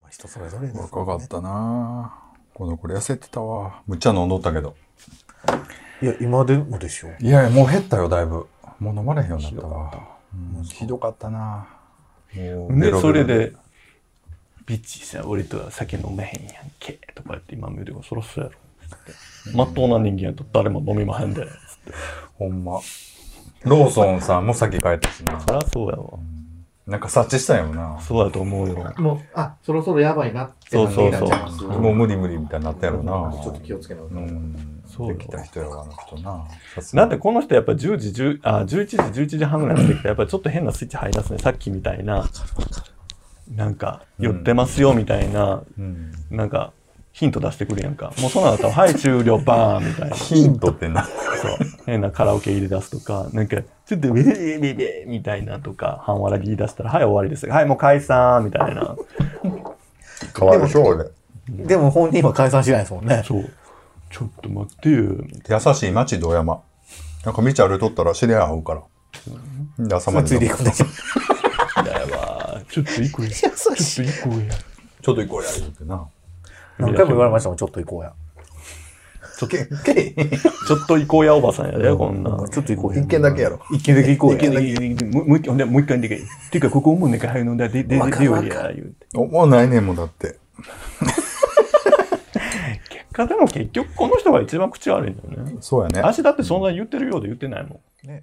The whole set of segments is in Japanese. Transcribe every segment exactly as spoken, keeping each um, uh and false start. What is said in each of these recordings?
人それぞれです、ね。 若かったなこの頃痩せてたわ。むっちゃ飲んどったけど。 いや、今でもでしょ。 いやいや、もう減ったよ、だいぶ。もう飲まれへんようになったわ。うん、ひどかったなもうで、それで、ビッチさ、俺とは酒飲めへんやんけ、とか言って今見るけど、そろそろやろ。まっとうな人間やと誰も飲みまへんで。 ほんま。ローソンさんも先帰ったしな。 そりゃそうやわ。 なんか察知したんやろな。 そうやと思うよ。 もう、あ、そろそろやばいなってそうそうそう感じになっちゃいます。 もう無理無理みたいになったやろな。 ちょっと気をつけな。 うん。 そうよできた人やわ、あの人な。さすがなんでこの人やっぱじゅうじ、じゅうあ、じゅういちじ、じゅういちじはんぐらいになってきて、やっぱりちょっと変なスイッチ入りますね。さっきみたいな、なんか、酔ってますよみたいな、 うん。 なんか、ヒント出してくるやんか。もうその後、はい、終了、バーンみたいな。 ヒントってな。 そう。変なカラオケ入れ出すとか、なんか、ちょっと、ウェーウェーウェーみたいなとか、半笑い言い出したら、はい、終わりです。はい、もう解散みたいな。 変わるでしょ、俺。 でも本人は解散しないですもんね。 そう。ちょっと待ってよ。 優しい町堂山。なんか道歩いとったら知り合い会うから。で、朝まで。 ついていくんでしょ。 だわ。ちょっと行こうや。 優しい。 ちょっと行こうや。 ちょっと行こうや、言うてな。 何回も言われましたもん、ちょっと行こうや。 ちょっと、ちょっと行こうやおばさんやで、こんな。 ちょっと行こうや。 一軒だけやろ。 一軒だけ行こうや。 一軒だけ、もうもう一軒、ほんでもう一軒だけ。ていうか、ここもうねか入るのだ、で、で、で、でよりや、言うて。 おもうないねんもんだって。 結果でも結局この人が一番口悪いんだよね。 そうやね。 足だってそんなに言ってるようで言ってないもん。 ね。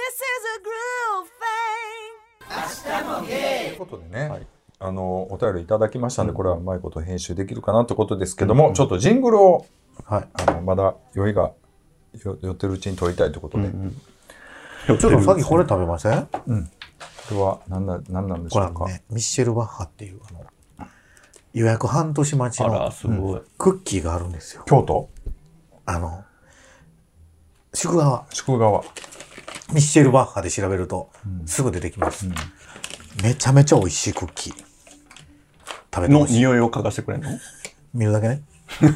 ということでね、 はいあの、お便りいただきましたんで、これはうまいこと編集できるかなってことですけども、ちょっとジングルを、 はい。 あの、まだ酔いがよ寄ってるうちに撮りたいということで、 ちょっとさっきこれ食べません？ これは何な何なんでしょうか。 これあのね、ミッシェル・バッハっていう、あの、予約半年待ちあら、 のすごい。 クッキーがあるんですよ。 京都あの、宿川、 宿川。 ミッシェル・バッハで調べると、すぐ出てきます。めちゃめちゃ美味しいクッキー。食べてのほしい。 匂いを嗅がしてくれんの？ 見るだけね。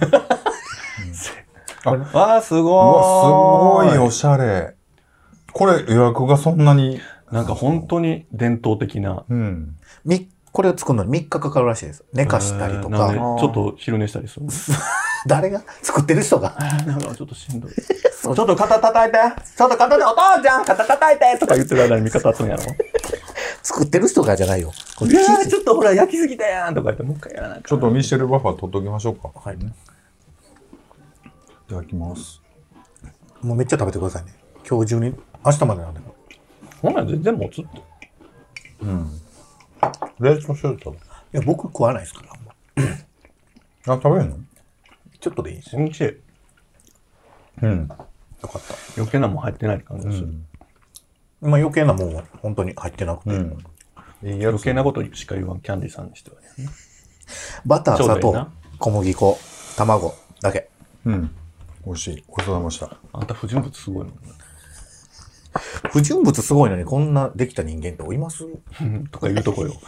あ、 わあ、すうごーい。 わ、すごいおしゃれ。これ予約がそんなに。 なんか本当に伝統的な。 うん。 み、これを作るのにみっかかかるらしいです。寝かしたりとか。 えーなんでちょっと昼寝したりするの？ 誰が作ってる人が。 なんかちょっとしんどい。ちそうょっと肩叩いてちょっと肩でお父ちゃん肩叩いてとか言ってる間に味方立つんやろ。 作ってる人がじゃないよ。これいやーちょっとほら焼きすぎたやんとか言ってもう一回やらないちょっとミッシェル・バッファー取っときましょうか。 はい。 いただきます。 もうめっちゃ食べてくださいね。今日中に、明日までなんで。 ほんなら全然持つって。 うん。冷凍しといたら。 いや、僕食わないですから。 あ、食べるの？ ちょっとでいいですよ。 おいしい。 うん。 よかった。 余計なもん入ってないって感じがする。 まあ余計なもんは本当に入ってなくて。 うん。いいやつ。 余計なことしか言わんキャンディーさんにしてはね。 バター、砂糖ちょうどいいな、 小麦粉、卵だけ。 うん。美味しい。ごちそうさまでした。 あんた不純物すごいもんね。 不純物すごいのにこんなできた人間っておいます？ とか言うとこよ。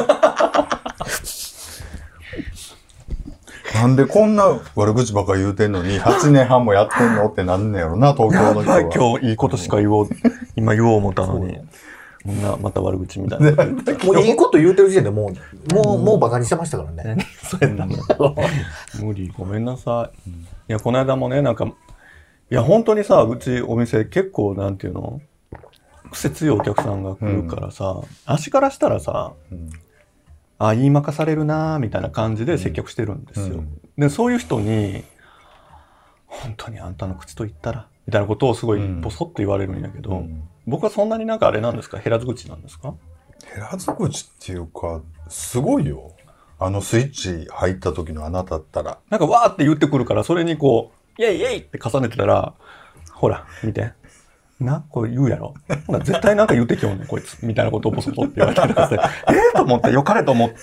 なんでこんな悪口ばっか言うてんのに、はちねんはんもやってんのってなんねやろな、東京の人は。 今日いいことしか言おう、今言おう思ったのに。みんなまた悪口みたいなこと言ってた。 もういいこと言うてる時点でもう、もう、もうバカにしてましたからね。 何それなの無理、ごめんなさい。いや、この間もね、なんか、いや、本当にさ、うちお店結構、なんていうの癖強いお客さんが来るからさ、足からしたらさ、 うんあ、言いまかされるなーみたいな感じで接客してるんですよ。 うんで、そういう人に、本当にあんたの口と言ったら、みたいなことをすごいボソッと言われるんやけど、 うん僕はそんなになんかあれなんですか？減らず口なんですか？ 減らず口っていうか、すごいよ。あのスイッチ入った時のあなただったら。 なんかわーって言ってくるから、それにこう、イェイイェイって重ねてたら、ほら、見て。な、これ言うやろ。ほな絶対なんか言ってきよんねん、こいつ。みたいなことをボソボソって言われたりとかして、えーと思って、よかれと思って、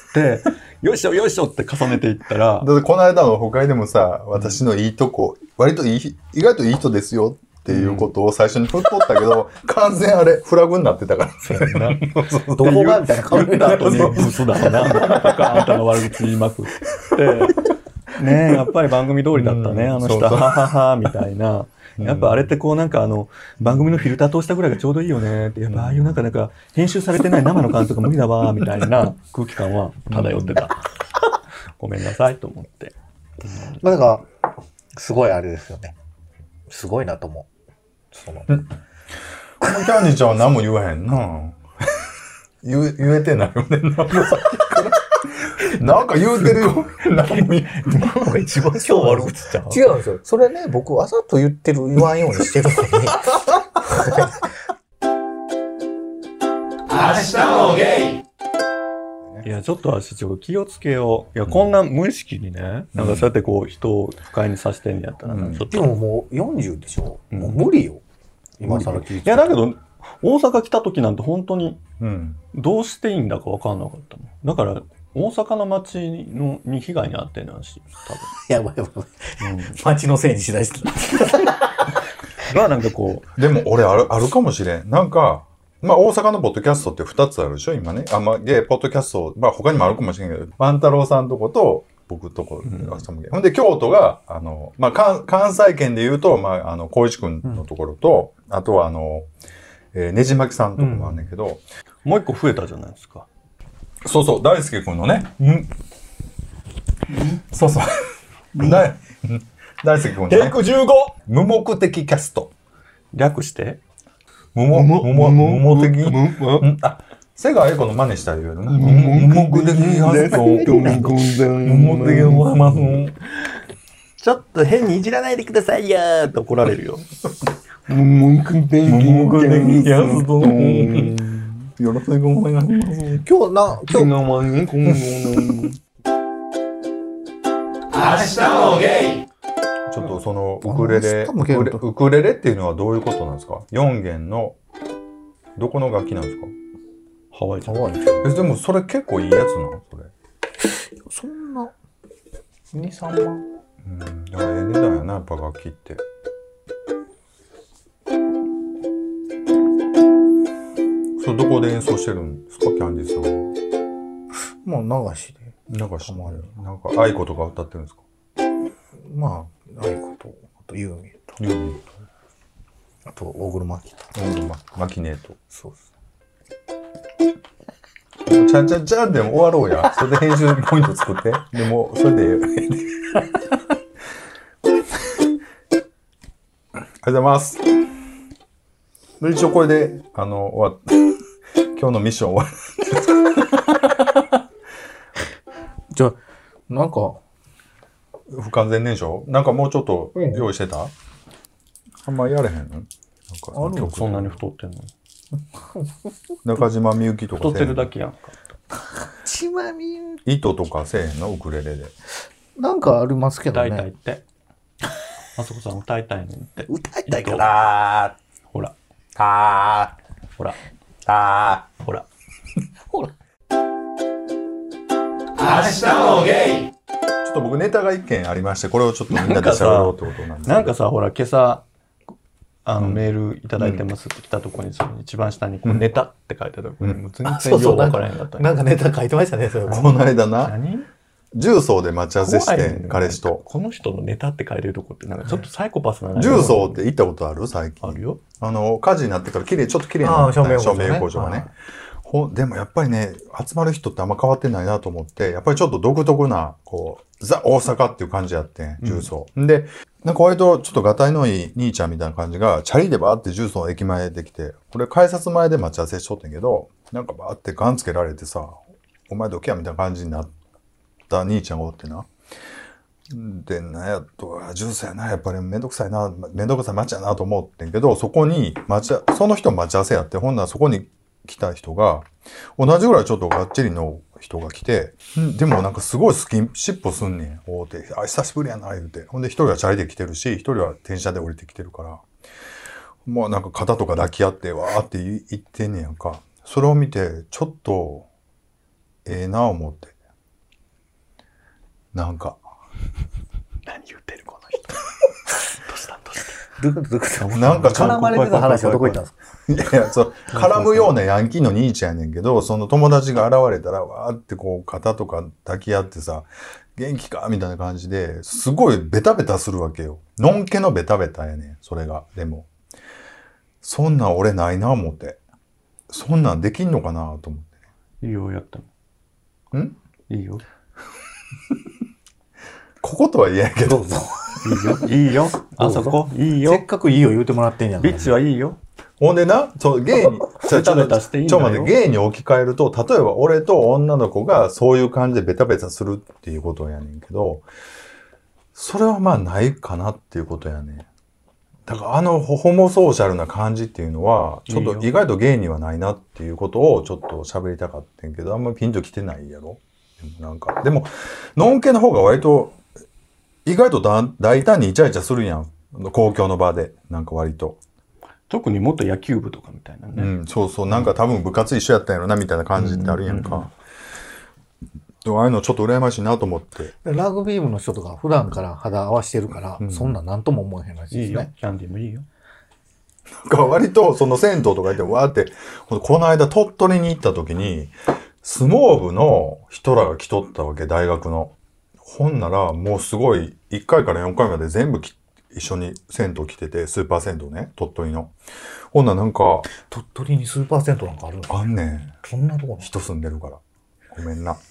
よいしょよいしょって重ねていったら、 だってこの間の他でもさ、私のいいとこ、割といい、意外といい人ですよっていうことを最初に振っとったけど、完全あれ、フラグになってたから。 そうやな。 どこがみたいな顔言った後にブスだな、とかあんたの悪口言いまくって。ねえ、やっぱり番組通りだったね、あの人、 そうそうははは、みたいな。やっぱあれってこうなんかあの、番組のフィルター通したぐらいがちょうどいいよねって、やっぱああいうなんかなんか、編集されてない生の感想が無理だわ、みたいな空気感は漂ってた。 ごめんなさいと思って。 まあだから、すごいあれですよね。すごいなと思う。その。 キャンディちゃんは何も言わへんな。言え、言えてないよね。何もさっきからなんか言うてるよ。何も言えなんか一番今日悪口ちゃう違うんですよ。それね、僕わざと言ってる、言わんようにしてるのに。 明日もゲいや、ちょっと私ちょっと気をつけよう。いや、こんな無意識にね、なんかそうやってこう人を不快にさせてんやったら、 うんちょっと。 でももうよんじゅうでしょ。 うんもう無理よ。今更聞いて。 いや、だけど、大阪来た時なんて本当にうん。 どうしていいんだか分かんなかったもん。だから、大阪の街のに被害に遭ってんのし、多やばいやばい。 分。うん。 街のせいにしだした。 が、なんかこでも俺ある、あるかもしれん。なんか、まあ大阪のポッドキャストってふたつあるでしょ今ね。あ、まあゲイポッドキャスト、まあ他にもあるかもしれんけど、万太郎さんとこと、僕とこ、ほんで京都が、あの、まあ関関西圏で言うと、まああの、小石くんのところと、うん、あとはあの、えー、ねじまきさんとこもあるんだけど、 う、もう一個増えたじゃないですか。 そうそう、大輔くんのね。うん。そうそう。大大輔くんのね。 ひゃくじゅうご! 無目的キャスト。 略して無目、無目、無目的うんあ、瀬川栄子の真似したら言うよな。無目的キャスト。無目的でございます。 ちょっと変にいじらないでくださいよーって怒られるよ。無目的キャスト。よろしくお願いします。 今日な、今日、 明日もゲイちょっとそのウクレレ、 明日もゲイウクレウクレレっていうのはどういうことなんですか？よん弦の、どこの楽器なんですか？ ハワイじゃん。 ハワイえ、でもそれ結構いいやつなのそれ。 そんな、に、さんまん。 うん。だからええ値段やな、やっぱ楽器って。そう、どこで演奏してるんですか、キャンディーさんは。 まあ流しで。 なんかし、なんか、愛子とか歌ってるんですか？ まあ、ああいうこと、あとユーミンと、 ユーミンあと大黒摩季と。 と、うん、ま、マキネート。 そうです。 ちゃんちゃんちゃんでも終わろうや。それで編集ポイント作って。でも、それでええ。ありがとうございます。で一応これで、あの、終わっ、今日のミッション終わる。 じゃあ、なんか、 不完全燃焼なんかもうちょっと用意してた、あんまやれへんのなんかあるそんなに太ってんの？ 中島みゆきとか太ってるだけやんか。 ちまみゆ糸とかせえへんのウクレレで。 なんかありますけど歌いたいっね。 て。あそこさん歌いたいねんって。 歌いたいから。 ほら、 たほら、 ー、たほら。 ほら。 明日もゲイちょっと僕ネタが一件ありまして、これをちょっとみんなで喋ろうってことなんですけどなんかさ、ほら、今朝、あの、 うんメールいただいてますって来たところに、その一番下に、こう、 うんネタって書いてある。 うんもう全あ、 然よう分そうそう、なんかからへんかった、 なんかネタ書いてましたね、それ。 この間な、 何重曹で待ち合わせして怖いねん、彼氏と。 この人のネタって書いてるとこって、なんかちょっとサイコパスな重曹って行ったことある最近。 あるよ。 あの、火事になってから綺麗、ちょっと綺麗になったあー照明工場ね照明工場がね。ほでもやっぱりね、集まる人ってあんま変わってないなと思って、やっぱりちょっと独特な、こう、ザ・大阪っていう感じやってん、重曹。ん、で、なんか割とちょっとガタイのいい兄ちゃんみたいな感じが、チャリでバーって重曹の駅前で来て、これ改札前で待ち合わせしとってんけど、なんかバーってガンつけられてさ、お前どけやみたいな感じになった兄ちゃんがおってな。で、なんやと、重曹やな、やっぱりめんどくさいな、めんどくさい待ちやなと思ってんけど、そこに待ちあ、その人待ち合わせやって、ほんならそこに来た人が、同じぐらいちょっとがっちりの人が来て、んでもなんかすごいスキンシップすんねん、おうて、あ、久しぶりやな、言うて。ほんで一人はチャリで来てるし、一人は電車で降りてきてるから、もうなんか肩とか抱き合って、わーって言ってんねやんか。それを見て、ちょっと、ええな思って。なんか。 何言ってるこの人。どうしたどうしたどういうことどういうことなんかちょっと絡まれてた話はどこ行ったんですか？ いやいや、そう、絡むようなヤンキーの兄ちゃんやねんけど、その友達が現れたら、わーってこう、肩とか抱き合ってさ、元気かみたいな感じで、すごいベタベタするわけよ。のんけのベタベタやねん、それが。でも、そんなん俺ないな思って。そんなんできんのかなと思って。 いいよ、やったの。 んいいよ。 こことは言えんけど。 どうぞ。 いいよ。いいよ。あそこ、いいよせ。っかくいいよ言うてもらってんやから。 ビッチはいいよ。 ほんでな、そう、ゲイに、ちょ、ちょ、 ベタベタしていいんだよちょ、待って、ゲイに置き換えると、例えば俺と女の子がそういう感じでベタベタするっていうことやねんけど、それはまあないかなっていうことやねん。だからあのホモソーシャルな感じっていうのは、ちょっと意外とゲイにはないなっていうことをちょっと喋りたかったんやけど、あんまりピンときてないやろ。でもなんか、でも、ノンケの方が割と、意外とだ大胆にイチャイチャするやん。公共の場で。なんか割と。 特にもっと野球部とかみたいなね。 うん、そうそう。なんか多分部活一緒やったんやろな、みたいな感じってあるやんか。でもああいうのちょっと羨ましいなと思って。 ラグビー部の人とか普段から肌合わしてるから、うん、そんなんなんとも思えへんらしいですね。 いいよ。キャンディーもいいよ。 なんか割とその銭湯とか行ってわーって、この間鳥取に行った時に、相撲部の人らが来とったわけ、大学の。ほんならもうすごい、いっかいからよんかいまで全部き一緒に銭湯来てて、スーパー銭湯ね、鳥取の。ほんならなんか、 鳥取にスーパー銭湯なんかあるの？ あんねん。 そんなとこ人住んでるから。ごめんな。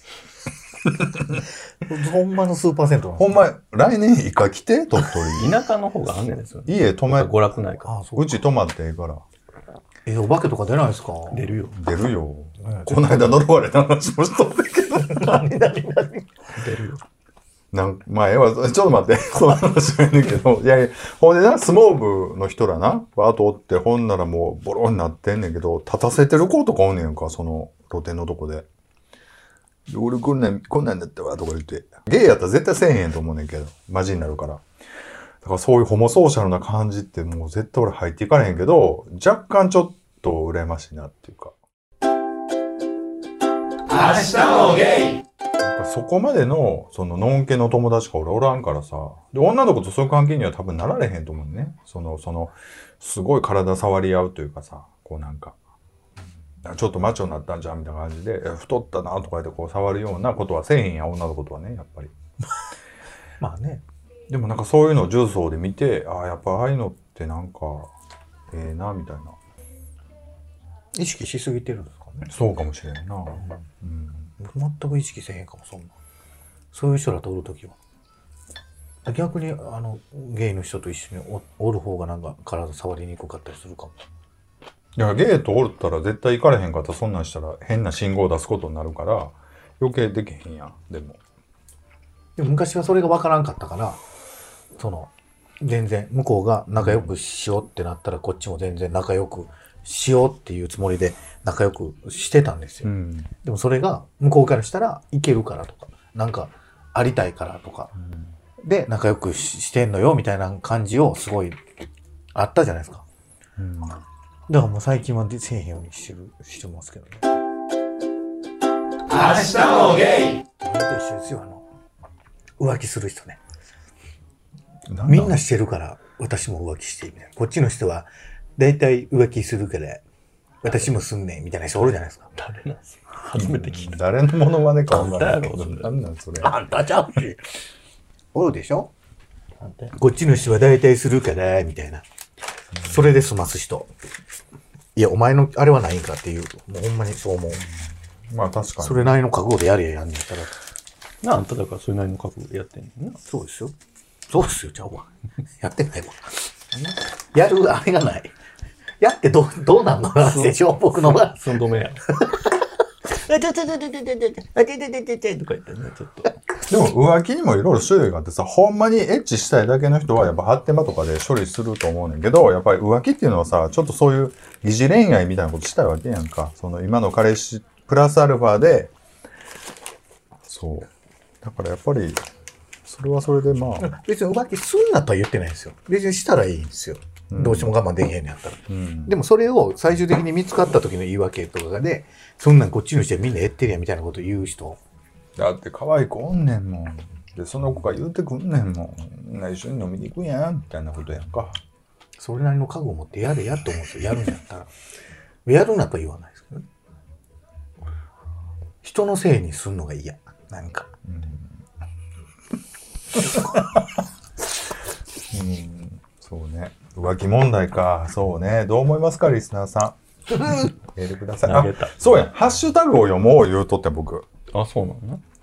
ほんまのスーパー銭湯なんほんま、来年一回来て、鳥取。 田舎の方があんねんですよ。 家泊ま、 娯楽ないから。 あ、そううち泊まっていいから。 え、お化けとか出ないですか？ 出るよ。 出るよ。この間呪われた話もしとったけど。 何何何？ 出るよ。 なんまあ、ええわ、ちょっと待って、その話はいいねんけど、いやいや、ほんでな、相撲部の人らな、バーッとおって、ほんならもうボロになってんねんけど、立たせてる子とかおんねんか、その露店のとこで。俺こんなん、こんなんだったわ、とか言って。ゲイやったら絶対せえへんと思うねんけど、マジになるから。だからそういうホモソーシャルな感じってもう絶対俺入っていかれへんけど、若干ちょっと羨ましいなっていうか。 明日もゲイ。 そこまでの、その、ノンケの友達が俺おらんからさ。で、女の子とそういう関係には多分なられへんと思うね。その、その、すごい体触り合うというかさ、こうなんか、ちょっとマチョになったんじゃんみたいな感じで、太ったなとか言ってこう触るようなことはせえへんや、女の子とはね、やっぱり。 まあね。 でもなんかそういうのを重曹で見て、ああ、やっぱああいうのってなんか、ええー、な、みたいな。 意識しすぎてるんですかね。 そうかもしれんな。うんうん全く意識せへんかも、そんな。そういう人らとおるときは。逆に、あの、ゲイの人と一緒に お, おる方がなんか体触りにくかったりするかも。 いや、ゲイとおったら絶対行かれへんかったらそんなんしたら変な信号を出すことになるから余計できへんやん、でも。 でも昔はそれがわからんかったから、その、全然向こうが仲良くしようってなったらこっちも全然仲良くしようっていうつもりで仲良くしてたんですよ。うん、でもそれが向こうからしたらいけるからとか、なんかありたいからとか、うん、で仲良く し, してんのよみたいな感じをすごいあったじゃないですか。うん、だからもう最近はせえへんようにしてる、してますけどね。 明日もゲイ。 俺と一緒ですよ、あの、浮気する人ね。みんなしてるから私も浮気してみたいな。こっちの人はだいたい浮気するから私もすんねんみたいな人おるじゃないですか。 誰なんですか？初めて聞いた。 誰のモノマネか分からんけど。 何なんそれ。 あんたちゃうし。おるでしょ？こっちの人はだいたいするからみたいな。それで済ます人。いや、お前のあれはないんかっていう。もうほんまにそう思う。 まあ確かに。 それなりの覚悟でやれややんねんったら。 なあ、あんただからそれなりの覚悟でやってんのな。 そうですよ。そうですよ、ちゃうわ。やってないわ。やるあれがない。やってどう、どうなんの話でしょ、僕のは。 寸止めや。あちゃちゃちゃちゃちゃちゃちゃちゃちゃちゃちゃちゃとか言ってね、ちょっと。 でも浮気にもいろいろ種類があってさ、ほんまにエッチしたいだけの人はやっぱ発展場とかで処理すると思うねんけど、やっぱり浮気っていうのはさ、ちょっとそういう疑似恋愛みたいなことしたいわけやんか。その今の彼氏、プラスアルファで、そう。だからやっぱり、それはそれでまあ。 別に浮気すんなとは言ってないんですよ。別にしたらいいんですよ。うん、どうしても我慢できへんねやったら、うん。でもそれを最終的に見つかった時の言い訳とかで、そんなんこっちの人はみんなやってるやんみたいなこと言う人。 だって可愛い子おんねんもん。で、その子が言うてくんねんもん。一緒に飲みに行くやんみたいなことやんか。 それなりの覚悟を持ってやれやって思うんですよ。やるんやったら。やるなとは言わないですけどね。人のせいにすんのが嫌。なんか。うんうん、そうね。浮気問題か。そうね。どう思いますか、リスナーさん。メールください。あ、そうや。ハッシュタグを読もう言うとって僕。 あ、そうなのね。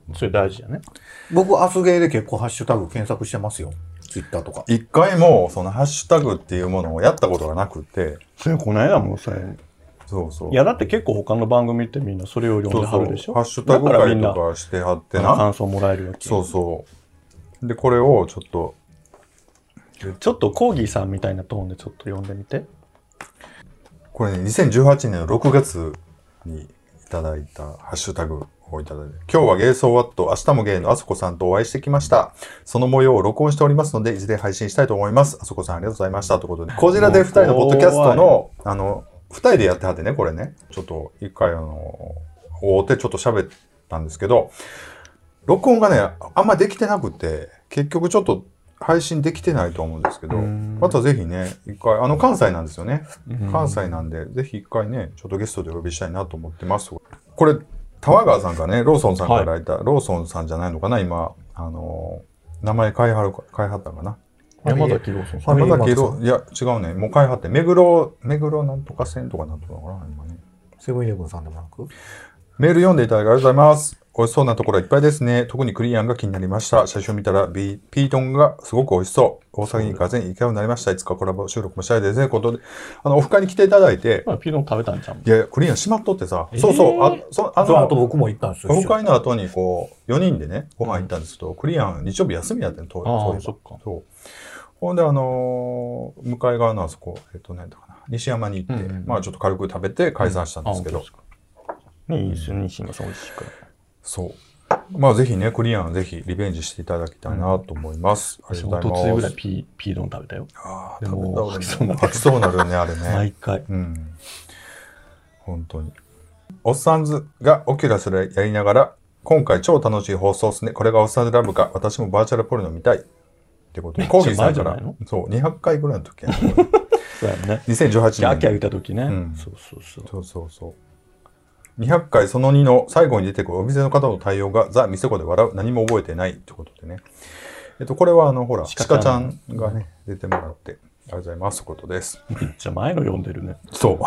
それ大事やね。 僕、アスゲーで結構ハッシュタグ検索してますよ。ツイッターとか。 一回もそのハッシュタグっていうものをやったことがなくて。 それこの間もそれ。 そうそう。 いやだって結構他の番組ってみんなそれを読んではるでしょ。 そうそうハッシュタグ会とかしてはってな。 感想もらえるわけ。 そうそう。で、これをちょっと。 ちょっとコーギーさんみたいなトーンでちょっと読んでみて。 これね、にせんじゅうはちねんのろくがつにいただいたハッシュタグをいただいて、今日はゲイソーワット、明日もゲイのあそこさんとお会いしてきました。その模様を録音しておりますので、いずれ配信したいと思います。あそこさんありがとうございました。ということで、こちらでふたりのポッドキャストの、あの、ふたりでやってはってね、これね、ちょっと一回あの、会うてちょっと喋ったんですけど、録音がね、あんまできてなくて、結局ちょっと配信できてないと思うんですけど、またぜひね、一回、あの関西なんですよね。関西なんで、ぜひ一回ね、ちょっとゲストでお呼びしたいなと思ってます。これ、タワガーさんがね、ローソンさんからいただいた、はい、ローソンさんじゃないのかな、今、あのー、名前変えはる、変えはったんかな。 山崎ローソンさん。 山崎ロー、いや、違うね。もう変えはって、目黒、目黒なんとか線とかなんとかなのかな、今ね。 セブンイレブンさんでもなくメール読んでいただきありがとうございます。美味しそうなところいっぱいですね。特にクリアンが気になりました。写真を見たらビピートンがすごく美味しそう。大阪に風に行くようになりました。いつかコラボ収録もしたいですね。ことで、あの、オフ会に来ていただいて。 ピートン食べたんちゃう？ いやいや、クリアン閉まっとってさ。えー、そうそう。あ、そあの、あと僕も行ったんですよ。 オフ会の後にこう、よにんでね、ご飯行ったんですけど、うん、クリアン日曜日休みやってん、とああ、そっか。 そう。ほんで、あのー、向かい側のあそこ、えっとね、だかな。西山に行って、うんうん、まあちょっと軽く食べて解散したんですけど。 うん、ね、いいですよ、西山さん美味しいから。 そう。まあぜひね、クリアンぜひリベンジしていただきたいなと思います。 うん、私もおとついぐらいピー、ピー丼食べたよ。 ああ、 でも吐きそうになる。吐きそうになるよね、あれね。 毎回。 うん。本当に。おっさんずがオキュラスでやりながら、今回超楽しい放送ですね。これがおっさんずラブか、私もバーチャルポルノ見たい。ってことで、コーギーさんから、そう、にひゃっかいぐらいの時やね。 そうやね。 にせんじゅうはちねん。 キャーキャー言った時ね。 うん。 そうそうそう。 そうそうそう。にひゃっかいそのにの最後に出てくるお店の方の対応がザ・店子で笑う何も覚えてないってことでね。えっと、これはあの、ほら、シカちゃんがね、出てもらって、ありがとうございますってことです。 めっちゃ前の読んでるね。 そう。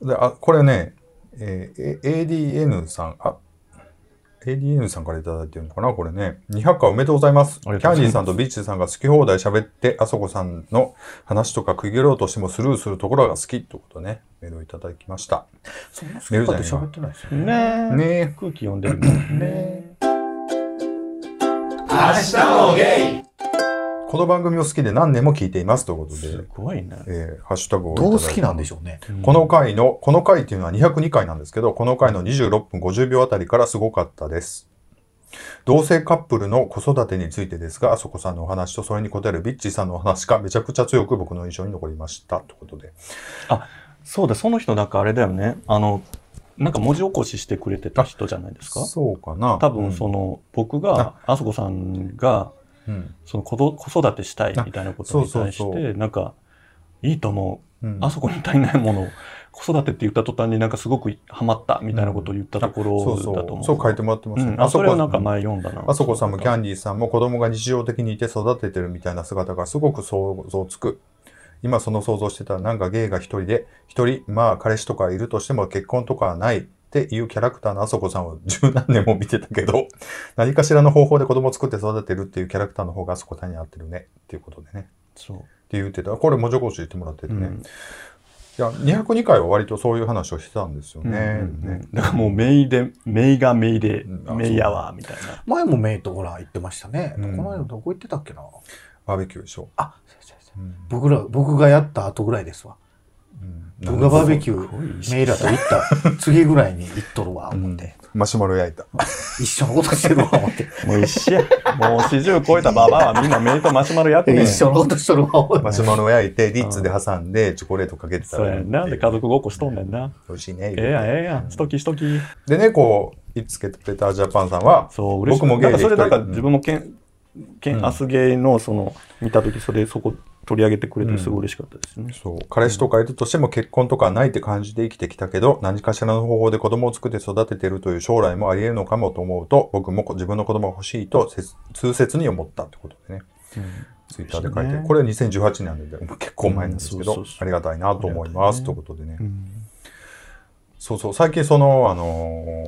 で、あ、これね、えー、エーディーエヌ さん、あ、エーディーエヌ さんからいただいてるのかなこれね。にひゃっかいおめでとうございます。キャンディーさんとビッチさんが好き放題喋って、あそこさんの話とか区切ろうとしてもスルーするところが好きってことね。メールをいただきました。 そんな好きかって喋ってないですよね。 ねえ。 ねえ。 空気読んでるもんね。 明日もゲイ。 この番組を好きで何年も聞いていますということで。 すごいね。 えー、ハッシュタグをどう好きなんでしょうね。 この回の、この回っていうのはにひゃくにかいなんですけど、この回のにじゅうろっぷんごじゅうびょうあたりからすごかったです。同性カップルの子育てについてですが、あそこさんのお話とそれに答えるビッチーさんのお話がめちゃくちゃ強く僕の印象に残りました。ということで。 あ、そうだ、その人なんかあれだよね。あの、なんか文字起こししてくれてた人じゃないですか。 そうかな。 多分その、うん、僕が、あそこさんが、うん、その子ど子育てしたいみたいなことに対して、そうそうそうなんか、いいと思う。うん、あそこに足りないものを、子育てって言った途端になんかすごくハマったみたいなことを言ったところだと思う。うん、そうそう。 そう書いてもらってますね。 うん、あ、それをなんか前読んだな。 あそこさんもキャンディーさんも子供が日常的にいて育ててるみたいな姿がすごく想像つく。今その想像してたらなんかゲイが一人で、一人、まあ彼氏とかいるとしても結婚とかはない。っていうキャラクターのあそこさんを十何年も見てたけど、何かしらの方法で子供を作って育てるっていうキャラクターの方があそこさんに合ってるねっていうことでね。 そう。って言ってた。これ文字起こし言ってもらっててね。うん、いや、にひゃくにかいは割とそういう話をしてたんですよね。うんうんうん、 ねだからもうメイで、メイがメイで、うん、メイやわ、みたいな。 前もメイとほら言ってましたね。うん、この間どこ行ってたっけな。 バーベキューでしょ。 あ、そうそうそう、うん。僕ら、僕がやった後ぐらいですわ。うん、僕がバーベキュー、メイラと行った次ぐらいに行っとるわ、思って。 うん、マシュマロ焼いた。 一緒のことしてるわ、思って。 もう一緒や。もう四十超えたババアはみんなメイとマシュマロ焼くねん。 一緒のことしとるわ、思って。 マシュマロ焼いて、リッツで挟んで、チョコレートかけてたら。 そうやなんで家族ごっこしとんねんな。 美味しいね。 ええやん、ええやん。しときしとき。 でね、こう、いつけてくれたジャパンさんは、 そう、嬉しい。 僕もゲイで一人。 それなんか自分もけん、けん、アスゲイの、その、見たとき、それ、そこ、取り上げてくれてすごい嬉しかったですね、うん。 そう。彼氏とかいるとしても結婚とかないって感じで生きてきたけど、何かしらの方法で子供を作って育ててるという将来もあり得るのかもと思うと、僕も自分の子供が欲しいと痛切に思ったってことでね。うん、ツイッターで書いて、ね、これはにせんじゅうはちねんなんで、結構前なんですけど、うん、そうそうそうありがたいなと思います。ということでね。うん、そうそう、最近その、あの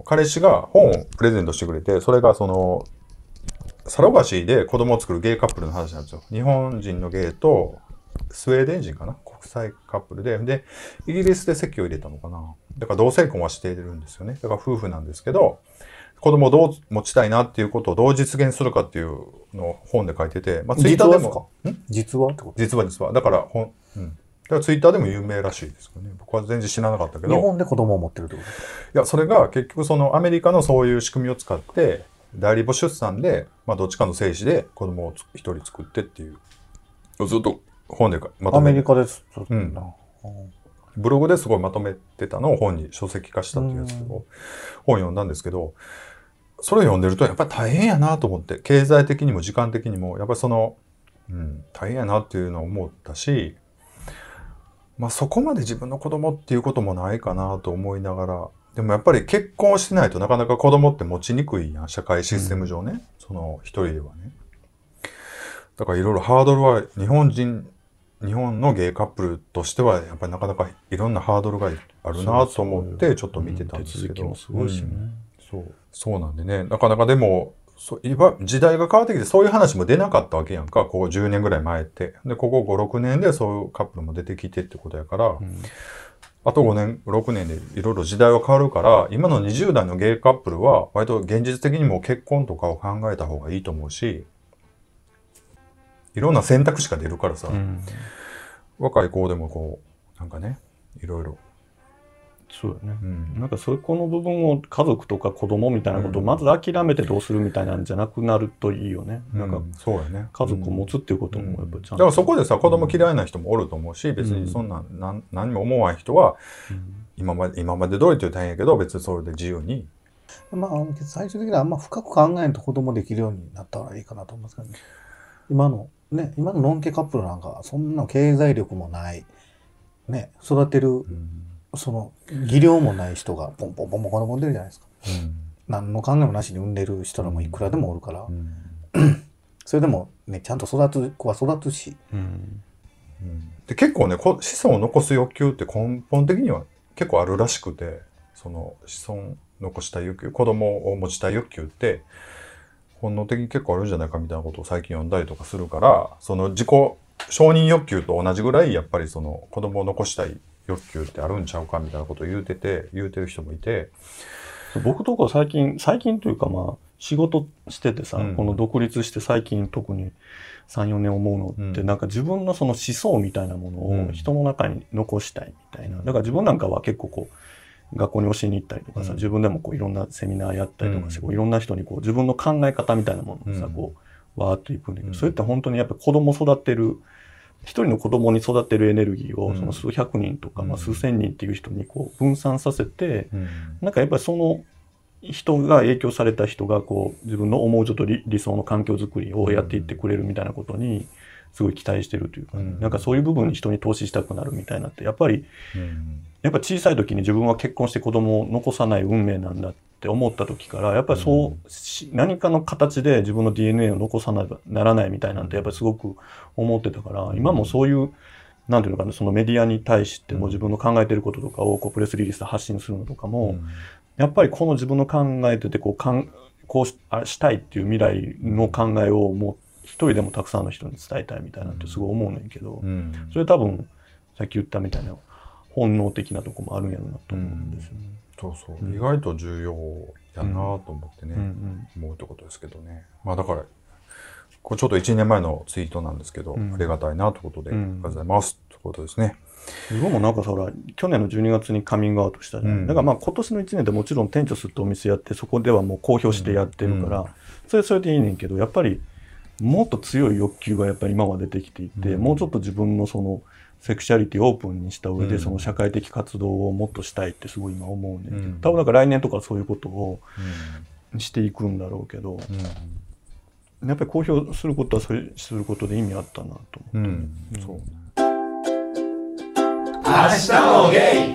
の彼氏が本をプレゼントしてくれて、それがそのサロガシで子供を作るゲイカップルの話なんですよ。日本人のゲイとスウェーデン人かな、国際カップルで、でイギリスで籍を入れたのかな。だから同性婚はしているんですよね。だから夫婦なんですけど、子供をどう持ちたいなっていうことをどう実現するかっていうのを本で書いてて、まあツイッターでも実話ってこと？ 実は実はだから本、うん、だからツイッターでも有名らしいですよね。僕は全然知らなかったけど。 日本で子供を持ってるってこと？ いや、それが結局そのアメリカのそういう仕組みを使って代理母出産で、まあどっちかの精子で子供を一人作ってっていうずっと本でまとめて。 アメリカです。 うん。ブログですごいまとめてたのを本に書籍化したっていうやつを本読んだんですけど、それを読んでるとやっぱり大変やなと思って、経済的にも時間的にもやっぱりその、うん、大変やなっていうのを思ったし、まあそこまで自分の子供っていうこともないかなと思いながら、でもやっぱり結婚してないとなかなか子供って持ちにくいやん、社会システム上ね、うん、その一人ではね。だからいろいろハードルは日本人、日本のゲイカップルとしてはやっぱりなかなかいろんなハードルがあるなと思ってちょっと見てたんですけど。 すごいしね。 そう、そうなんでね、なかなかでも、そ今時代が変わってきてそういう話も出なかったわけやんか、ここじゅうねんぐらい前って。で、ここご、ろくねんでそういうカップルも出てきてってことやから、うん、あとごねん、ろくねんでいろいろ時代は変わるから、今のにじゅう代のゲイカップルは割と現実的にも結婚とかを考えた方がいいと思うし、いろんな選択肢が出るからさ、うん、若い子でもこう、なんかね、いろいろ。 そうだね、うん、なんかそこの部分を家族とか子供みたいなことをまず諦めてどうするみたいなんじゃなくなるといいよね、うん、なんかそうやね、家族を持つっていうこともやっぱちゃんと、うん、だからそこでさ子供嫌いな人もおると思うし、別にそんな、うん、何, 何も思わない人は、うん、今まで今まで通りという大変やけど別にそれで自由に、 まあ最終的にはあんま深く考えないと子供できるようになったらいいかなと思いますけどね。今のね今のノンケカップルなんかそんな経済力もないね、育てる、うんその技量もない人がポンポンポンポン子供産んでるじゃないですか、うん、何の考えもなしに産んでる人らもいくらでもおるから、うんうん、それでもねちゃんと育つ子は育つし、うんうん、で結構ね子孫を残す欲求って根本的には結構あるらしくて、その子孫残したい欲求、子供を持ちたい欲求って本能的に結構あるんじゃないかみたいなことを最近読んだりとかするから、その自己承認欲求と同じぐらいやっぱりその子供を残したい欲求ってあるんちゃうかみたいなことを言うてて、言うてる人もいて。 僕とか最近、最近というかまあ仕事しててさ、うん、この独立して最近特にさん、よねん思うのって、うん、なんか自分のその思想みたいなものを人の中に残したいみたいな。だから自分なんかは結構こう、学校に教えに行ったりとかさ、うん、自分でもこういろんなセミナーやったりとかして、うん、こういろんな人にこう自分の考え方みたいなものをさ、こう、わーっといくんだけど、うん、それって本当にやっぱ子供育てる、一人の子供に育てるエネルギーをその数百人とか、うん、まあ数千人っていう人にこう分散させて、うん、なんかやっぱりその人が影響された人がこう自分の思うちょっと 理, 理想の環境づくりをやっていってくれるみたいなことにすごい期待してるというか、ね、うん、なんかそういう部分に人に投資したくなるみたいなってやっぱり、うん、やっぱ小さい時に自分は結婚して子供を残さない運命なんだって思った時からやっぱりそう、うん、何かの形で自分の ディーエヌエー を残さなきゃならないみたいなんてやっぱりすごく思ってたから、今もそういうなんていうのかな、そのメディアに対しても自分の考えていることとかをこうプレスリリースで発信するのとかも、うん、やっぱりこの自分の考えててこうかんこう し, あしたいっていう未来の考えをもう一人でもたくさんの人に伝えたいみたいなってすごい思うねんけど、うん、それ多分さっき言ったみたいな本能的なとこもあるんやろうなと思うんですよね。 うん、そうそう、うん、意外と重要やなと思ってね、うんうん、思うってことですけどね。まあだからこれちょっといちねんまえのツイートなんですけど、うん、ありがたいなということで、うん、ありがとうございますということですね。 自分もなんかさ、ほら、去年のじゅうにがつにカミングアウトしたじゃん。うん、だからまあ今年のいちねんでもちろん店長するとお店やって、そこではもう公表してやってるから、うん、それはそれでいいねんけど、やっぱりもっと強い欲求がやっぱり今は出てきていて、うん、もうちょっと自分のそのセクシャリティをオープンにした上で、その社会的活動をもっとしたいってすごい今思うねんけど、うん、多分なんか来年とかそういうことをしていくんだろうけど、うん、やっぱり公表することはそれすることで意味あったなと思って。うんうん、そう。 明日もゲイ。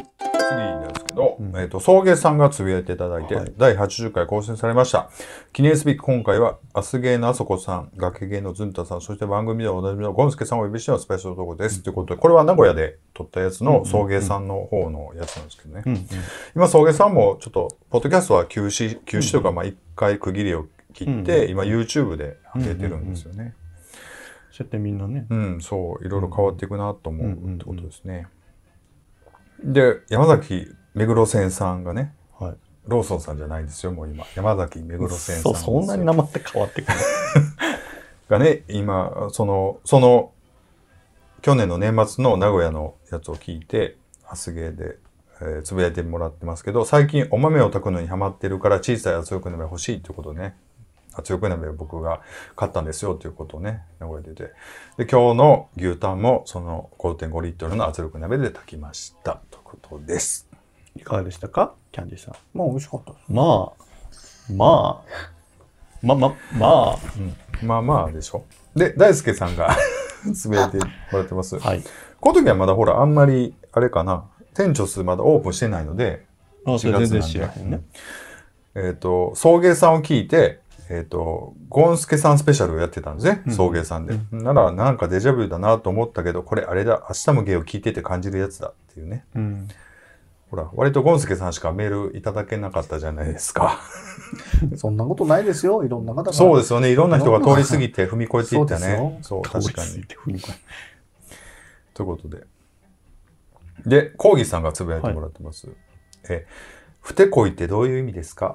次なんですけど、 うんえっ、と、送迎さんがつぶやいていただいて、 はいだいはちじゅっかい更新されました。記念すべき今回は、アスゲーのあそこさん、崖ゲーのずんたさん、そして番組ではおなじみのゴンスケさんをお呼びしてのスペシャルトークです。ということで、これは名古屋で撮ったやつの送迎さんの方のやつなんですけどね。 うんうん今、送迎さんもちょっと、ポッドキャストは休止、休止というか、まあ一回区切りを切って、 うん今 YouTube で上げてるんですよね。 そうやってみんなね。 うん、そう、いろいろ変わっていくなと思うんうってことですね。で、山崎目黒線さんがね、 はい。 ローソンさんじゃないですよ、もう今。山崎目黒線さんそう、 ですそんなに名前って変わってくる。 がね、今、その、その、去年の年末の名古屋のやつを聞いて、アスゲーで、えーつぶやいてもらってますけど、最近お豆を炊くのにハマってるから小さい圧力鍋欲しいっていうことね。圧力鍋を僕が買ったんですよということをね、名古屋で言って。で、今日の牛タンもその ごてんごリットルの圧力鍋で炊きましたということです。 いかがでしたかキャンディーさん。 まあ美味しかったです。 まあ、まあ、ま、ま、まあ、 まあまあでしょ。で、大輔さんがつぶやいてもらってます。 はい。 この時はまだほら、あんまり、あれかな、店長数まだオープンしてないので、 あ、それ全然しち知らへんね。 えっ、と、送迎さんを聞いて、えっ、と、ゴンスケさんスペシャルをやってたんですね、 うん送迎さんで。なら、なんかデジャブだなと思ったけど、これあれだ、明日も芸を聞いてて感じるやつだっていうね。 うん。 ほら、割とゴンスケさんしかメールいただけなかったじゃないですか。 そんなことないですよ。いろんな方が。 そうですよね。いろんな人が通り過ぎて踏み越えていったそうですよね。そう、確かに。 通り過ぎて踏み込むということで。で、コーギーさんがつぶやいてもらってます。え、ふてこいってどういう意味ですか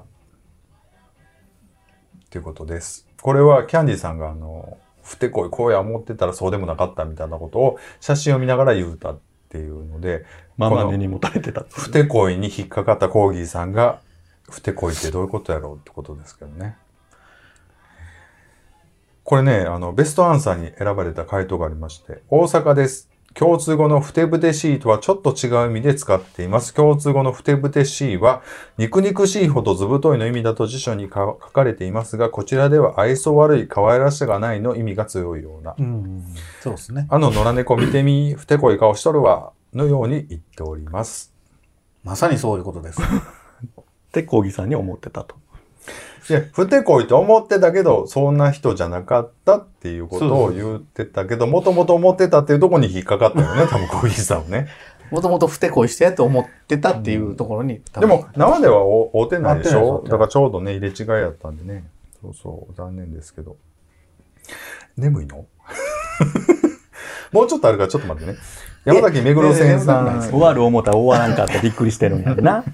ということです。これはキャンディーさんがあの、ふてこい、こうや思ってたらそうでもなかったみたいなことを写真を見ながら言うたっていうので、 まあまあこの根に持たれてたっていうふてこいに引っかかったコーギーさんが、ふてこいってどういうことやろうってことですけどね。これね、あの、ベストアンサーに選ばれた回答がありまして、大阪です。共通語のふてぶてしいとはちょっと違う意味で使っています。共通語のふてぶてしいは、肉肉しいほどずぶといの意味だと辞書にか書かれていますが、こちらでは愛想悪い、可愛らしさがないの意味が強いような。 うん。そうですね。 あの野良猫見てみ、ふてこい顔しとるわ、のように言っております。 まさにそういうことです。 ってコーギーさんに思ってたと。 いや、ふてこいと思ってたけど、そんな人じゃなかったっていうことを言ってたけど、もともと思ってたっていうところに引っかかったよね、多分コーギーさんもね。 もともとふてこいしてと思ってたっていうところに。多分でも、生ではお会うてないでし会ってないですょだからちょうどね、入れ違いやったんでね。そうそう、残念ですけど。眠いのもうちょっとあるからちょっと待ってね。山崎目黒線さん。 終わる思ったら終わらんかったらびっくりしてるんやでな。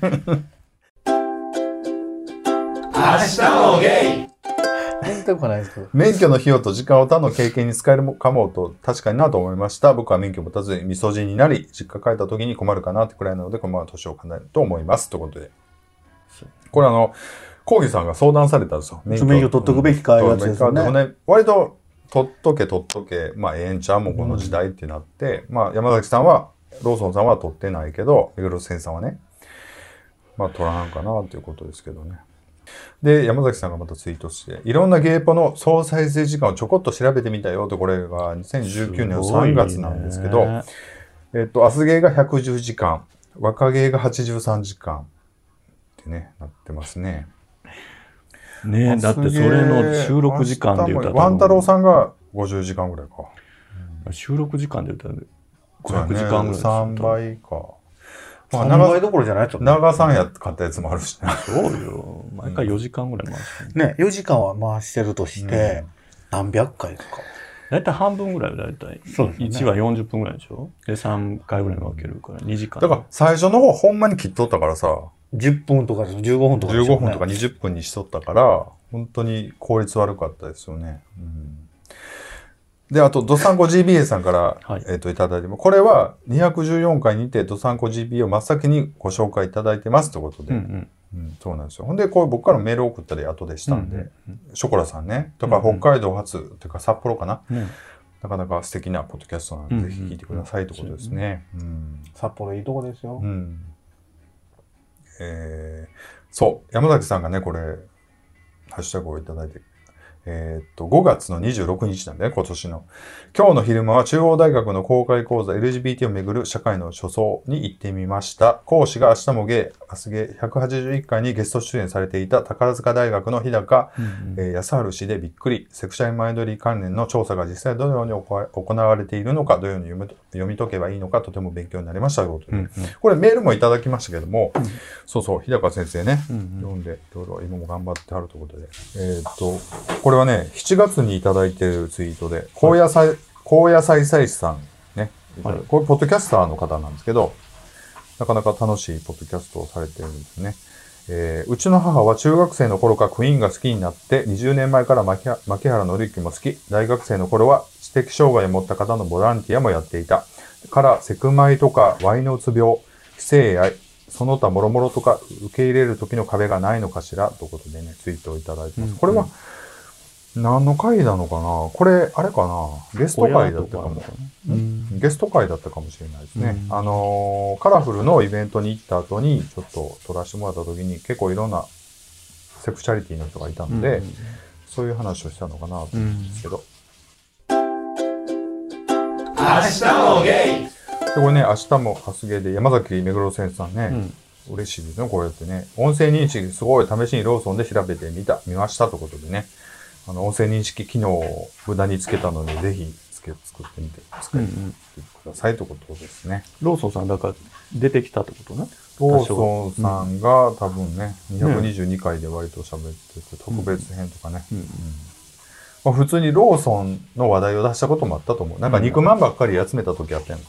明日もゲイ。 全然くはないですけど。 免許の費用と時間を他の経験に使えるかもと確かになと思いました。僕は免許を持たずにみそじになり、実家帰った時に困るかなってくらいなので、このまま年を考えると思います。ということで。これあの、コーギーさんが相談されたんですよ。 免許取っとくべきかいうやつですよねうんね割と、取っとけ取っとけ、まあええんちゃうもうこの時代ってなって、まあ山崎さんは、ローソンさんは取ってないけど、目黒線さんはね、まあ取らんかなということですけどね。で、山崎さんがまたツイートして、いろんなゲーポの総再生時間をちょこっと調べてみたよと、これがにせんじゅうきゅうねんのさんがつなんですけど、えっと、アスゲーがひゃくじゅうじかん、若ゲーがはちじゅうさんじかんってね、なってますね。 ねえ、だってそれの収録時間で言ったら。 ワン太郎さんがごじゅうじかんぐらいか。 収録時間で言ったらごひゃくそうやねじかんぐらいですよ。 さんばいか。まあ、 さん長ばいどころじゃないと思う。 長さんや買ったやつもあるしね。 そうよ。毎回よじかんぐらい回してる。 ね、よじかんは回してるとして、何百回とか。 だいたい半分ぐらいはだいたい。 そうですねいちわよんじゅっぷんぐらいでしょで、さんかいぐらいに分けるからにじかん。 だから最初の方ほんまに切っとったからさ、 じゅっぷんとかじゅうごふんとかで 15 しょうね分とかにじゅっぷんにしとったから、本当に効率悪かったですよね。うんで、あと、ドサンコ ジービーエー さんから、 はいえっ、と、いただいても、これはにひゃくじゅうよんかいにてドサンコ ジービーエー を真っ先にご紹介いただいてますということで、 うんうん。 うんそうなんですよ。ほんで、こう僕からメールを送ったり後でしたんで、 うんショコラさんね、とかうんうん北海道発、というか札幌かな、 ねなかなか素敵なポッドキャストなんで、 うんうんぜひ聞いてくださいということですね。うん札幌いいとこですよう。んえーそう、山崎さんがね、これ、ハッシュタグをいただいて、 えーっと、ごがつのにじゅうろくにちなんでね、今年の。今日の昼間は中央大学の公開講座 エルジービーティー をめぐる社会の初相に行ってみました。講師が明日もゲイ、明日ゲイひゃくはちじゅういっかいにゲスト出演されていた宝塚大学の日高、うんうんえー、康治氏でびっくり。セクシャルマインドリー関連の調査が実際どのように行われているのか、どのように読み、読み解けばいいのか、とても勉強になりましたということで、うんうん。これメールもいただきましたけども、うん、そうそう、日高先生ね、うんうん、読んで、いろいろ今も頑張ってはるということで。えー、っと、これはね、しちがつにいただいているツイートで、高野菜、はい、高野菜菜師さんね、はい、これポッドキャスターの方なんですけど、なかなか楽しいポッドキャストをされてるんですね。えー、うちの母は中学生の頃からクイーンが好きになって、にじゅうねんまえから牧原紀之も好き、大学生の頃は知的障害を持った方のボランティアもやっていた。から、セクマイとかワイのうつ病、非性愛、その他もろもろとか受け入れる時の壁がないのかしらということでね、ツイートをいただいてます。うん、これは、何の回なのかなこれ、あれかなゲスト回だったかも。うん、ゲスト回だったかもしれないですね。うん、あのー、カラフルのイベントに行った後に、ちょっと撮らせてもらった時に、結構いろんなセクシャリティの人がいたので、うん、そういう話をしたのかなと思うんですけど。 うん、明日もゲイでこれね、明日もハスゲーで山崎目黒先生さんね、うん、嬉しいですね、こうやってね。音声認識すごい試しにローソンで調べてみた、見ましたということでね。あの、音声認識機能を無駄につけたので、ぜひつけ、作ってみて、使ってみてくださいということですね。 ローソンさん、だから出てきたってことね。 ローソンさんが多分ね、にひゃくにじゅうにかいで割と喋ってて、特別編とかね。うんうんうんまあ、普通にローソンの話題を出したこともあったと思う。なんか肉まんばっかり集めた時あったやんか。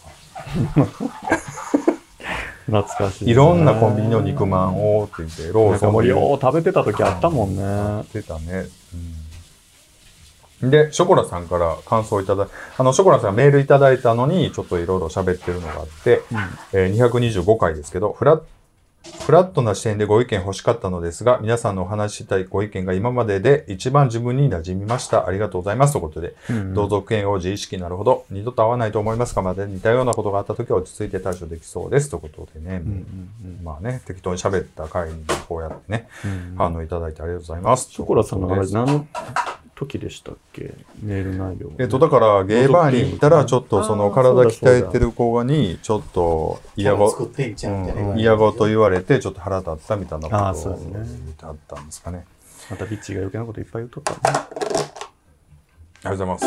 懐かしい、 ね。いろんなコンビニの肉まんをって言って、ローソンもよう食べてた時あったもんね。 食べてたね。うん、で、ショコラさんから感想いただいあの、ショコラさんがメールいただいたのに、ちょっといろいろ喋ってるのがあって、うんえー、にひゃくにじゅうごかいですけど、フラッフラットな視点でご意見欲しかったのですが、皆さんのお話ししたいご意見が今までで一番自分に馴染みました。ありがとうございます。ということで、うんうん、同族嫌悪自意識なるほど、二度と会わないと思いますが、まで似たようなことがあったときは落ち着いて対処できそうです。ということでね、うんうんうん、まあね、適当に喋った回にこうやってね、うんうん、反応いただいてありがとうございます。 ショコラさんのあれ何の時でしたっけメール内容、ね、 えっと、だから、ゲーバーに行ったら、ちょっとその体鍛えてる子に、ちょっと嫌ご、うん、嫌ごと言われて、ちょっと腹立ったみたいなことを言ってあったんですかね。 またビッチが余計なこといっぱい言っとったね。ありがとうございます。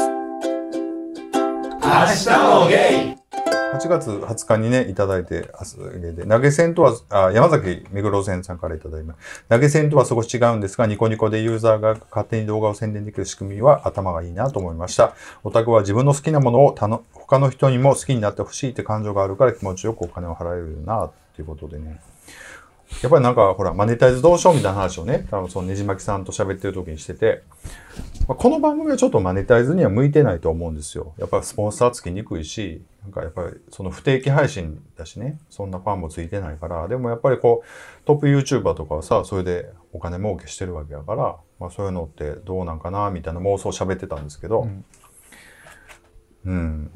明日もゲイはちがつはつかにね、いただいて、で投げ銭とは、あ山崎目黒線さんからいただいます。投げ銭とは少し違うんですが、ニコニコでユーザーが勝手に動画を宣伝できる仕組みは頭がいいなと思いました。オタクは自分の好きなものを他の他の人にも好きになってほしいって感情があるから気持ちよくお金を払えるな、っていうことでね。やっぱりなんか、ほら、マネタイズどうしようみたいな話をね、多分そのねじまきさんと喋ってる時にしてて、この番組はちょっとマネタイズには向いてないと思うんですよ。やっぱりスポンサーつきにくいし、なんかやっぱりその不定期配信だしね、そんなファンもついてないから、でもやっぱりこう、トップ YouTuber とかはさ、それでお金儲けしてるわけやから、まあそういうのってどうなんかな、みたいな妄想喋ってたんですけど、うん。うん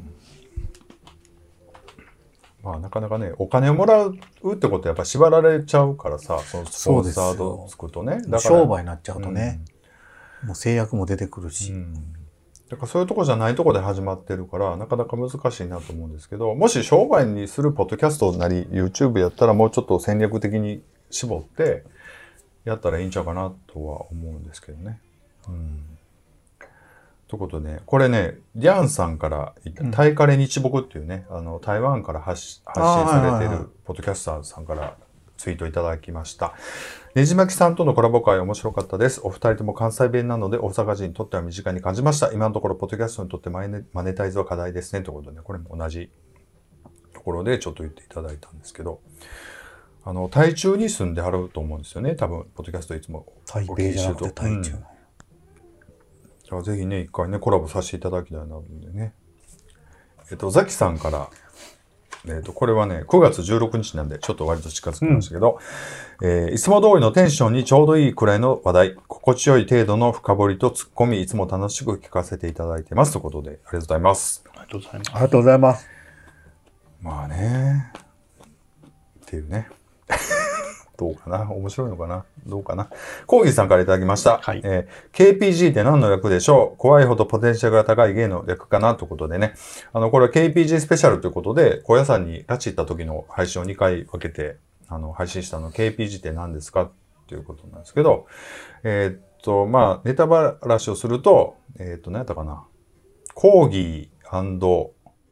まあなかなかね、お金をもらうってことはやっぱ縛られちゃうからさ、そのスポンサードつくとね。 だから商売になっちゃうとね、うん、もう制約も出てくるし、うん。 だからそういうとこじゃないとこで始まってるから、なかなか難しいなと思うんですけど、もし商売にするポッドキャストなり YouTube やったらもうちょっと戦略的に絞ってやったらいいんちゃうかなとは思うんですけどね。うんということで、これね、リャンさんから言った、タイカレ日木っていうね、あの、台湾から発、発信されているポッドキャスターさんからツイートいただきました。ねじまきさんとのコラボ会面白かったです。お二人とも関西弁なので大阪人にとっては身近に感じました。今のところ、ポッドキャストにとってマネ、マネタイズは課題ですね。ということで、これも同じところでちょっと言っていただいたんですけど、あの、台中に住んではると思うんですよね。多分、ポッドキャストいつも台北じゃなくて台中、うんじゃあぜひね、一回ね、コラボさせていただきたいなのでね。えっと、ザキさんから、えっと、これはね、くがつじゅうろくにちなんで、ちょっと割と近づきましたけど、うん、えー、いつも通りのテンションにちょうどいいくらいの話題、心地よい程度の深掘りとツッコミ、いつも楽しく聞かせていただいてます。ということで、ありがとうございます。 ありがとうございます。 ありがとうございます。 まあね、っていうね。 どうかな面白いのかなどうかなコーギーさんからいただきました。 はいえー、ケーピージー って何の略でしょう？怖いほどポテンシャルが高い芸の略かなということでね。あの、これは ケーピージー スペシャルということで、高野山に拉致行った時の配信をにかい分けて、あの、配信したの ケーピージー って何ですかっていうことなんですけど、えー、っと、まあ、ネタバラシをすると、えー、っと、何やったかなコーギー&明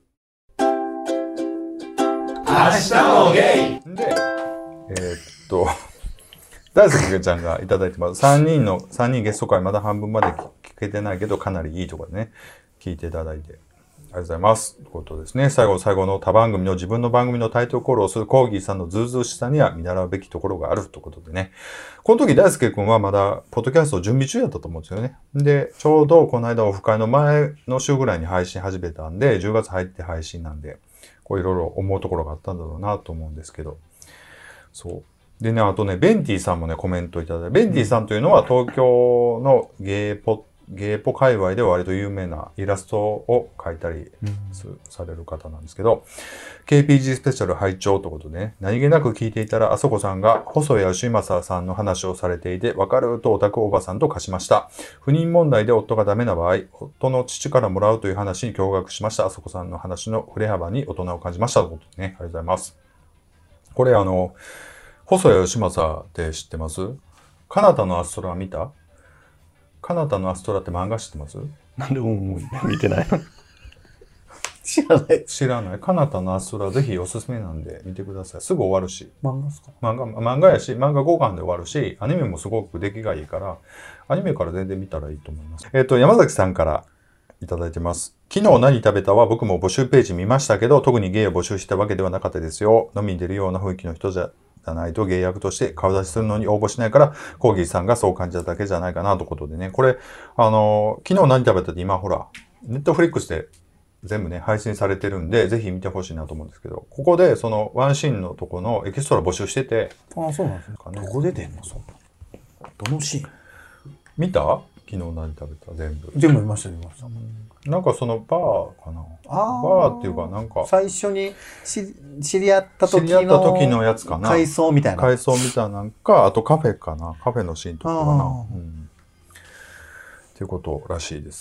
日もゲイで、えー、っと、大輔ちゃんがいただいてます。さんにんの、さんにんゲスト会まだ半分まで聞けてないけど、かなりいいところでね、聞いていただいて、ありがとうございます。ということですね。最後、最後の他番組の自分の番組のタイトルコールをするコーギーさんのズうずうしさには見習うべきところがあるということでね。この時、大輔くんはまだ、ポッドキャストを準備中やったと思うんですよね。で、ちょうどこの間オフ会の前の週ぐらいに配信始めたんで、じゅうがつ入って配信なんで、こういろいろ思うところがあったんだろうなと思うんですけど。そう。でね、あとね、ベンティさんもね、コメントいただいて、ベンティさんというのは東京のゲーポ、ゲーポ界隈では割と有名なイラストを描いたりされる方なんですけど、ケーピージー スペシャル拝聴ということでね、何気なく聞いていたら、あそこさんが細谷義正さんの話をされていて、わかるとオタクおばさんと化しました。不妊問題で夫がダメな場合、夫の父からもらうという話に驚愕しました。あそこさんの話の振れ幅に大人を感じましたということでね、ありがとうございます。これあの、細谷義正って知ってます？カナタのアストラ見た？カナタのアストラって漫画知ってます？ なんでもう見てないの？ 知らない。 知らない。カナタのアストラぜひおすすめなんで見てください。すぐ終わるし。 漫画ですか？ 漫画、漫画やし、漫画ごかんで終わるし、アニメもすごく出来がいいから、アニメから全然見たらいいと思います。えっと、山崎さんからいただいてます。昨日何食べたは僕も募集ページ見ましたけど、特にゲイを募集したわけではなかったですよ。飲みに出るような雰囲気の人じゃ、じゃないとゲイ役として顔出しするのに応募しないから、コーギーさんがそう感じただけじゃないかなということでね。これ、あの、昨日何食べたって今ほら、ネットフリックスで全部ね、配信されてるんで、ぜひ見てほしいなと思うんですけど、ここでそのワンシーンのとこのエキストラ募集してて。 ああ、そうなんですね。どこで出んのそんな。どのシーン？ 見た？昨日何食べた全部。 全部見ました、見ました。 なんかそのバーかな。 あバーっていうかなんか。 最初にし知り合った時の。 知り合った時のやつかな。 階層みたいな。 階層みたいななんか、あとカフェかな。カフェのシーンとかかな。うん。っていうことらしいです。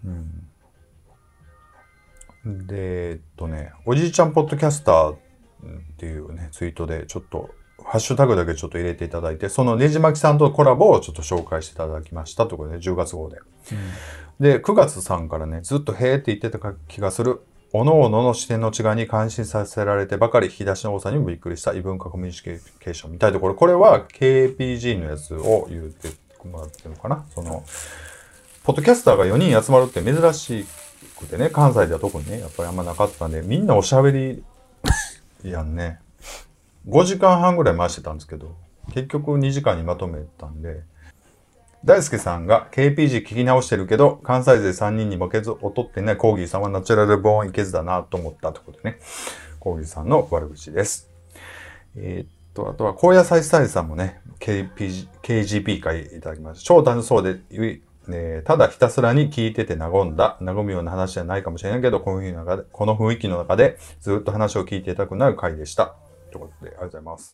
うん。で、えっとね、おじいちゃんポッドキャスターっていうね、ツイートでちょっと、ハッシュタグだけちょっと入れていただいて、そのねじまきさんとコラボをちょっと紹介していただきましたということで、じゅうがつ号で。うん、で、くがつさんからね、ずっとへーって言ってた気がする。おのおのの視点の違いに感心させられてばかり、引き出しの多さにもびっくりした異文化コミュニケーションみたいなところ。これは ケーピージー のやつを言ってもらってるのかな。その、ポッドキャスターがよにん集まるって珍しくてね、関西では特にね、やっぱりあんまなかったんで、みんなおしゃべりやんね。ごじかんはんぐらい回してたんですけど、結局にじかんにまとめたんで、大輔さんが ケーピージー 聞き直してるけど、関西勢さんにんに負けず劣ってないコーギーさんはナチュラルボーンいけずだなと思ったということでね、コーギーさんの悪口です。えー、っと、あとは高野菜スタイルさんもね、ケーピージー、ケージーピー 会いただきました。超楽しそうで、ね、ただひたすらに聞いてて和んだ、和むような話じゃないかもしれないけど、この雰囲気の中で、この雰囲気の中でずっと話を聞いていたくなる回でした。ということで、ありがとうございます。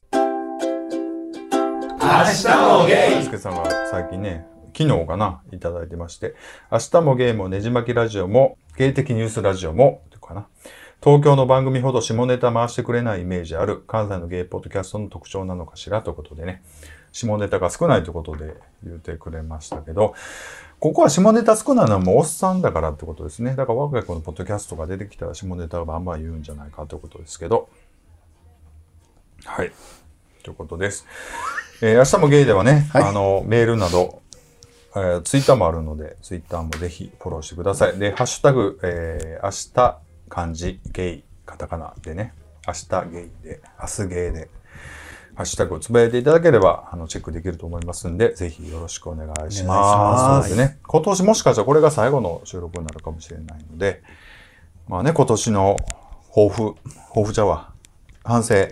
明日もゲイ。 大輔さんが最近ね、昨日かな、いただいてまして、明日もゲイもねじまきラジオも、ゲイ的ニュースラジオも、というかな。東京の番組ほど下ネタ回してくれないイメージある関西のゲイポッドキャストの特徴なのかしらということでね、下ネタが少ないということで言ってくれましたけど、ここは下ネタ少ないのはもうおっさんだからってことですね。だから若い子のポッドキャストが出てきたら下ネタがバンバン言うんじゃないかということですけど、はい。ということです。えー、明日もゲイではね、はい、あの、メールなど、えー、ツイッターもあるので、ツイッターもぜひフォローしてください。で、ハッシュタグ、えー、明日、漢字、ゲイ、カタカナでね、明日ゲイで、明日ゲイで、ハッシュタグをつぶやいていただければ、あの、チェックできると思いますんで、ぜひよろしくお願いします。そうですね。今年もしかしたらこれが最後の収録になるかもしれないので、まあね、今年の抱負、抱負じゃわ、反省、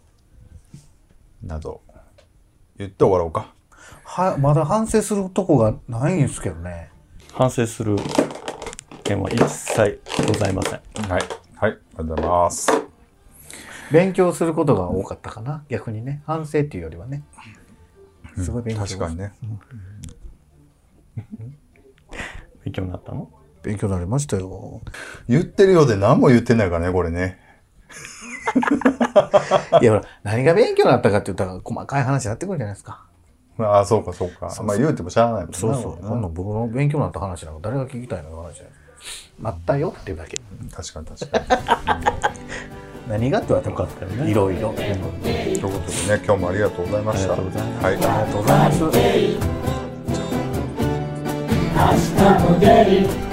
など言って終わろうか。 は、まだ反省するとこがないんですけどね。 反省する点は一切ございません。 はい。はい。ありがとうございます。 勉強することが多かったかな、逆にね。反省っていうよりはね。すごい勉強、 うん、確かにね。 勉強になったの？ 勉強になりましたよ。 言ってるようで何も言ってないからね、これね。 いやほら、何が勉強になったかって言ったら細かい話になってくるじゃないですか。 ああ、そうかそうか。 そうそうまあ言うてもしゃあないもんな。 そうそう。 これなこんなん僕の勉強になった話なんか誰が聞きたいの話じゃない。なったよっていうだけ。 確かに確か何がって言われてもよかったよねいろいろ。 に。ということでね、今日もありがとうございました。 ありがとうございますはい。 ありがとうございます。 明日もゲイ